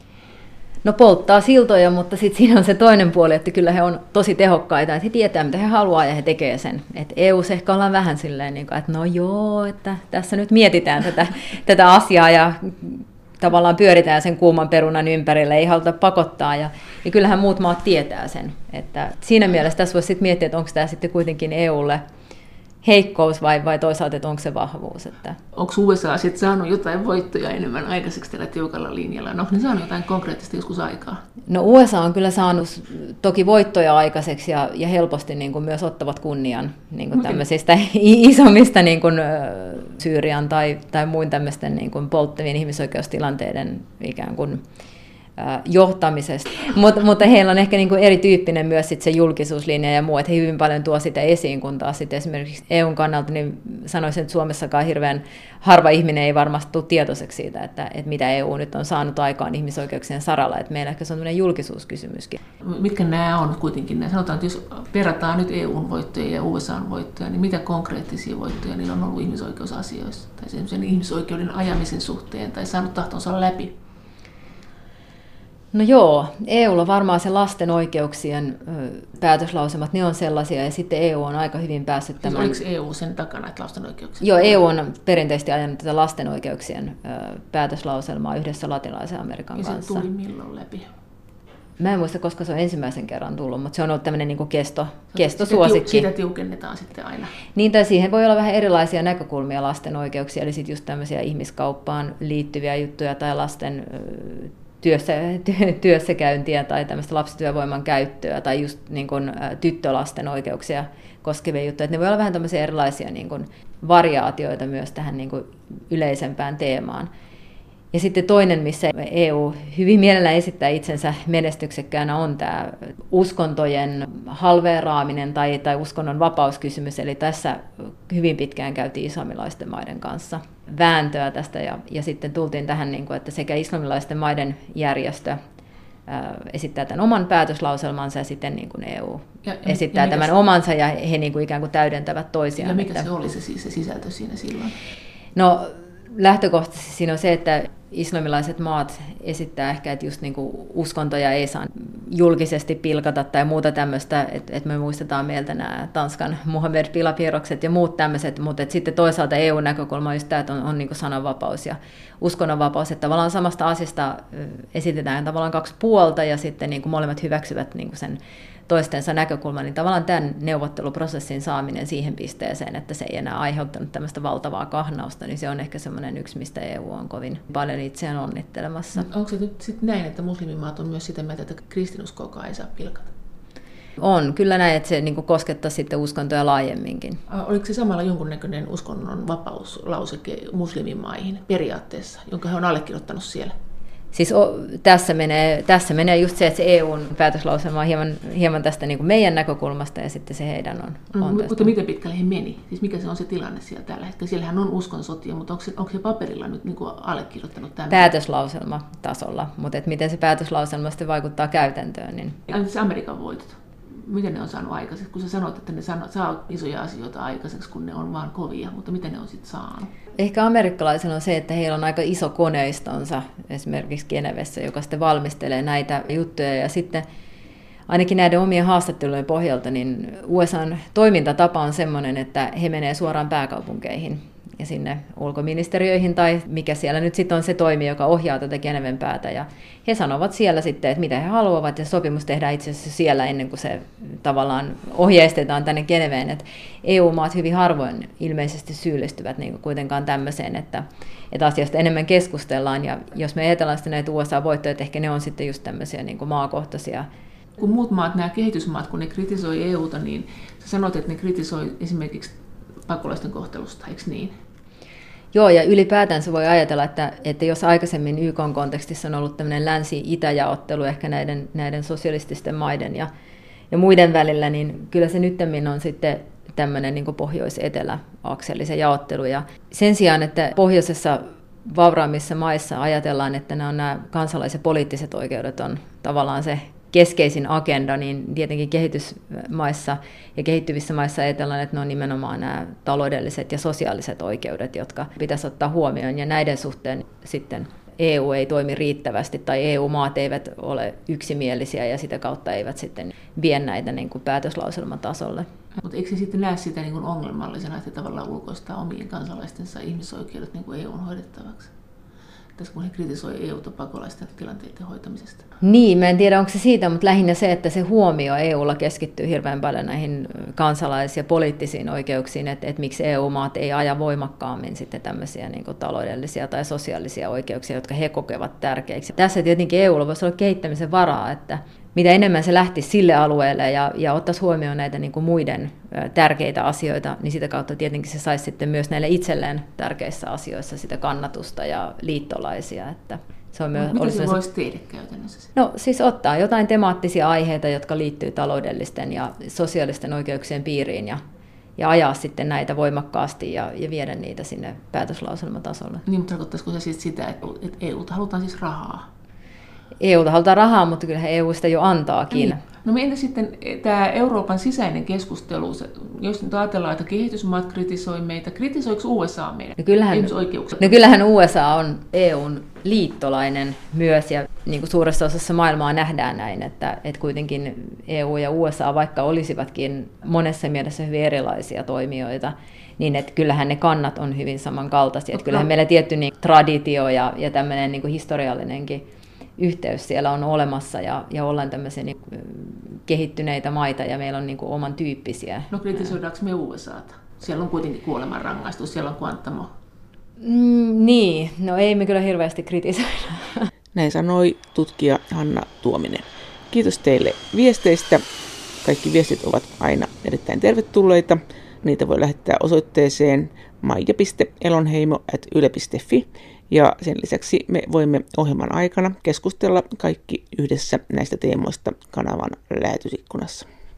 No polttaa siltoja, mutta sitten siinä on se toinen puoli, että kyllä he on tosi tehokkaita, että he tietää, mitä he haluaa ja he tekee sen. Et EU:ssa ehkä ollaan vähän silleen, että no joo, että tässä nyt mietitään tätä asiaa ja tavallaan pyöritään sen kuuman perunan ympärille, ei haluta pakottaa. Ja kyllähän muut maat tietää sen. Että siinä mielessä tässä voisi sitten miettiä, että onko tämä sitten kuitenkin EUlle heikkous vai toisaalta, että onko se vahvuus. Että... Onko USA sitten saanut jotain voittoja enemmän aikaiseksi tällä tiukalla linjalla? No, onko ne saanut jotain konkreettista joskus aikaa? No USA on kyllä saanut toki voittoja aikaiseksi ja helposti niin kuin myös ottavat kunnian niin kuin tämmöisistä isommista niin kuin Syyrian tai muun tämmöisten niin kuin polttavien ihmisoikeustilanteiden ikään kuin johtamisesta. Mutta heillä on ehkä niin kuin erityyppinen myös sit se julkisuuslinja ja muu, että he hyvin paljon tuo sitä esiin, kun taas sit esimerkiksi EUn kannalta niin sanoisin, että Suomessakaan hirveän harva ihminen ei varmasti tule tietoiseksi siitä, että mitä EU nyt on saanut aikaan ihmisoikeuksien saralla, että meillä ehkä se on tämmöinen julkisuuskysymyskin. Mitkä nämä on kuitenkin? Sanotaan, että jos perataan nyt EUn voittoja ja USAn voittoja, niin mitä konkreettisia voittoja niillä on ollut ihmisoikeusasioissa tai sen ihmisoikeuden ajamisen suhteen tai saanut tahtonsa läpi? No joo, EUlla varmaan se lasten oikeuksien päätöslausemat, ne on sellaisia, ja sitten EU on aika hyvin päässyt tämän... Oliko EU sen takana, että lasten oikeuksia? Joo, EU on perinteisesti ajanut tätä lasten oikeuksien päätöslauselmaa yhdessä Latinalaisen Amerikan kanssa. Ja se tuli milloin läpi? Mä en muista, koska se on ensimmäisen kerran tullut, mutta se on ollut tämmöinen niin kuin kestosuosikki. Sitä tiukennetaan sitten aina. Niin, tai siihen voi olla vähän erilaisia näkökulmia lasten oikeuksia, eli sitten just tämmöisiä ihmiskauppaan liittyviä juttuja tai lasten... työssäkäyntiä tai tämmöistä lapsityövoiman käyttöä tai just niin kuin tyttölasten oikeuksia koskevia juttuja. Että ne voi olla vähän tämmöisiä erilaisia niin kuin variaatioita myös tähän niin kuin yleisempään teemaan. Ja sitten toinen, missä EU hyvin mielellään esittää itsensä menestyksekkäänä, on tämä uskontojen halveeraaminen tai uskonnon vapauskysymys. Eli tässä hyvin pitkään käytiin islamilaisten maiden kanssa vääntöä tästä ja sitten tultiin tähän, että sekä islamilaisten maiden järjestö esittää tämän oman päätöslauselmansa ja sitten EU esittää tämän omansa ja he ikään kuin täydentävät toisiaan. Ja mikä se oli se sisältö siinä silloin? No lähtökohtaisesti siinä on se, että islamilaiset maat esittää ehkä, että just uskontoja ei saa julkisesti pilkata tai muuta tämmöistä, että me muistetaan meiltä nämä Tanskan Mohamed Pilapiirrokset ja muut tämmöiset, mutta sitten toisaalta EU-näkökulma on just tämä, että on sananvapaus ja uskonnonvapaus, että tavallaan samasta asiasta esitetään tavallaan kaksi puolta ja sitten molemmat hyväksyvät sen toistensa näkökulma, niin tavallaan tämän neuvotteluprosessin saaminen siihen pisteeseen, että se ei enää aiheuttanut tämmöistä valtavaa kahnausta, niin se on ehkä semmoinen yksi, mistä EU on kovin paljon itseään onnittelemassa. Onko se nyt sitten näin, että muslimimaat on myös sitä mieltä, että kristinuskoakaan ei saa pilkata? On, kyllä näin, että se koskettaa sitten uskontoja laajemminkin. Oliko se samalla jonkunnäköinen uskonnon vapauslauseke muslimimaihin periaatteessa, jonka he on allekirjoittanut siellä? Siis tässä menee just se, että se EUn päätöslauselma on hieman tästä meidän näkökulmasta ja sitten se heidän on tästä. Mutta miten pitkälle he meni? Siis mikä se on se tilanne siellä tällä hetkellä? Siellähän on uskonsotia, mutta onko se paperilla nyt allekirjoittanut tämän? Päätöslauselmatasolla, mutta miten se päätöslauselma sitten vaikuttaa käytäntöön? Niin... Se Amerikan voitot. Miten ne on saanut aikaiseksi? Kun sä sanoit, että ne saa isoja asioita aikaiseksi, kun ne on vaan kovia, mutta miten ne on sitten saanut? Ehkä amerikkalaisilla on se, että heillä on aika iso koneistonsa esimerkiksi Genevessä, joka sitten valmistelee näitä juttuja. Ja sitten ainakin näiden omien haastattelujen pohjalta, niin USA:n toimintatapa on sellainen, että he menee suoraan pääkaupunkeihin ja sinne ulkoministeriöihin tai mikä siellä nyt sitten on se toimi, joka ohjaa tätä Geneven päätä. Ja he sanovat siellä sitten, että mitä he haluavat ja sopimus tehdään itse asiassa siellä ennen kuin se tavallaan ohjeistetaan tänne Geneveen. Että EU-maat hyvin harvoin ilmeisesti syyllistyvät kuitenkaan tämmöiseen, että asiasta enemmän keskustellaan. Ja jos me ajatellaan sitten näitä USA-voittoja, että ehkä ne on sitten just tämmöisiä maakohtaisia. Kun muut maat, nämä kehitysmaat, kun ne kritisoi EUta, niin sä sanot, että ne kritisoi esimerkiksi pakolaisten kohtelusta, eikö niin? Joo, ja ylipäätään se voi ajatella, että jos aikaisemmin YK-kontekstissa on ollut tämmöinen länsi-itäjaottelu ehkä näiden sosialististen maiden ja muiden välillä, niin kyllä se nyttemmin on sitten tämmöinen pohjois-etelä-akseli se jaottelu. Ja sen sijaan, että pohjoisessa vauraammissa maissa ajatellaan, että nämä kansalais- ja poliittiset oikeudet on tavallaan se keskeisin agenda, niin tietenkin kehitysmaissa ja kehittyvissä maissa ajatellaan, että ne on nimenomaan nämä taloudelliset ja sosiaaliset oikeudet, jotka pitäisi ottaa huomioon, ja näiden suhteen sitten EU ei toimi riittävästi, tai EU-maat eivät ole yksimielisiä, ja sitä kautta eivät sitten vie näitä päätöslauselmatasolle. Mutta eikö se sitten näe sitä ongelmallisena, että tavallaan ulkoistaa omien kansalaistensa ihmisoikeudet EUn hoidettavaksi? Tässä kun he kritisoi EUta pakolaisten tilanteiden hoitamisesta. Niin, mä en tiedä onko se siitä, mutta lähinnä se, että se huomio EUlla keskittyy hirveän paljon näihin kansalais- ja poliittisiin oikeuksiin, että miksi EU-maat ei aja voimakkaammin sitten tämmöisiä taloudellisia tai sosiaalisia oikeuksia, jotka he kokevat tärkeiksi. Tässä tietenkin EUlla voisi olla kehittämisen varaa, että mitä enemmän se lähtisi sille alueelle ja ottaisi huomioon näitä muiden tärkeitä asioita, niin sitä kautta tietenkin se saisi sitten myös näille itselleen tärkeissä asioissa sitä kannatusta ja liittolaisia. Että se on myös, mitä se voisi tehdä käytännössä? No siis ottaa jotain temaattisia aiheita, jotka liittyy taloudellisten ja sosiaalisten oikeuksien piiriin ja ajaa sitten näitä voimakkaasti ja viedä niitä sinne päätöslauselmatasolle. Niin, mutta tarkoittaisiko se siis sitä, että EUlta halutaan siis rahaa? EUlta halutaan rahaa, mutta kyllähän EU sitä jo antaakin. Niin. No entä sitten tämä Euroopan sisäinen keskustelu, jos nyt ajatellaan, että kehitysmaat kritisoi meitä, kritisoiko USA meidän ihmisoikeuksia? No kyllähän USA on EUn liittolainen myös, ja suuressa osassa maailmaa nähdään näin, että kuitenkin EU ja USA, vaikka olisivatkin monessa mielessä hyvin erilaisia toimijoita, niin että kyllähän ne kannat on hyvin samankaltaisia. Että kyllähän meillä tietty traditio ja tämmöinen historiallinenkin yhteys siellä on olemassa ja ollaan tämmöisiä kehittyneitä maita ja meillä on oman tyyppisiä. No kritisoidaanko me USAta? Siellä on kuitenkin kuolemanrangaistus, siellä on Guantánamo. Niin, no ei me kyllä hirveästi kritisoida. Näin sanoi tutkija Hanna Tuominen. Kiitos teille viesteistä. Kaikki viestit ovat aina erittäin tervetulleita. Niitä voi lähettää osoitteeseen maija.elonheimo@yle.fi Ja sen lisäksi me voimme ohjelman aikana keskustella kaikki yhdessä näistä teemoista kanavan lähetysikkunassa.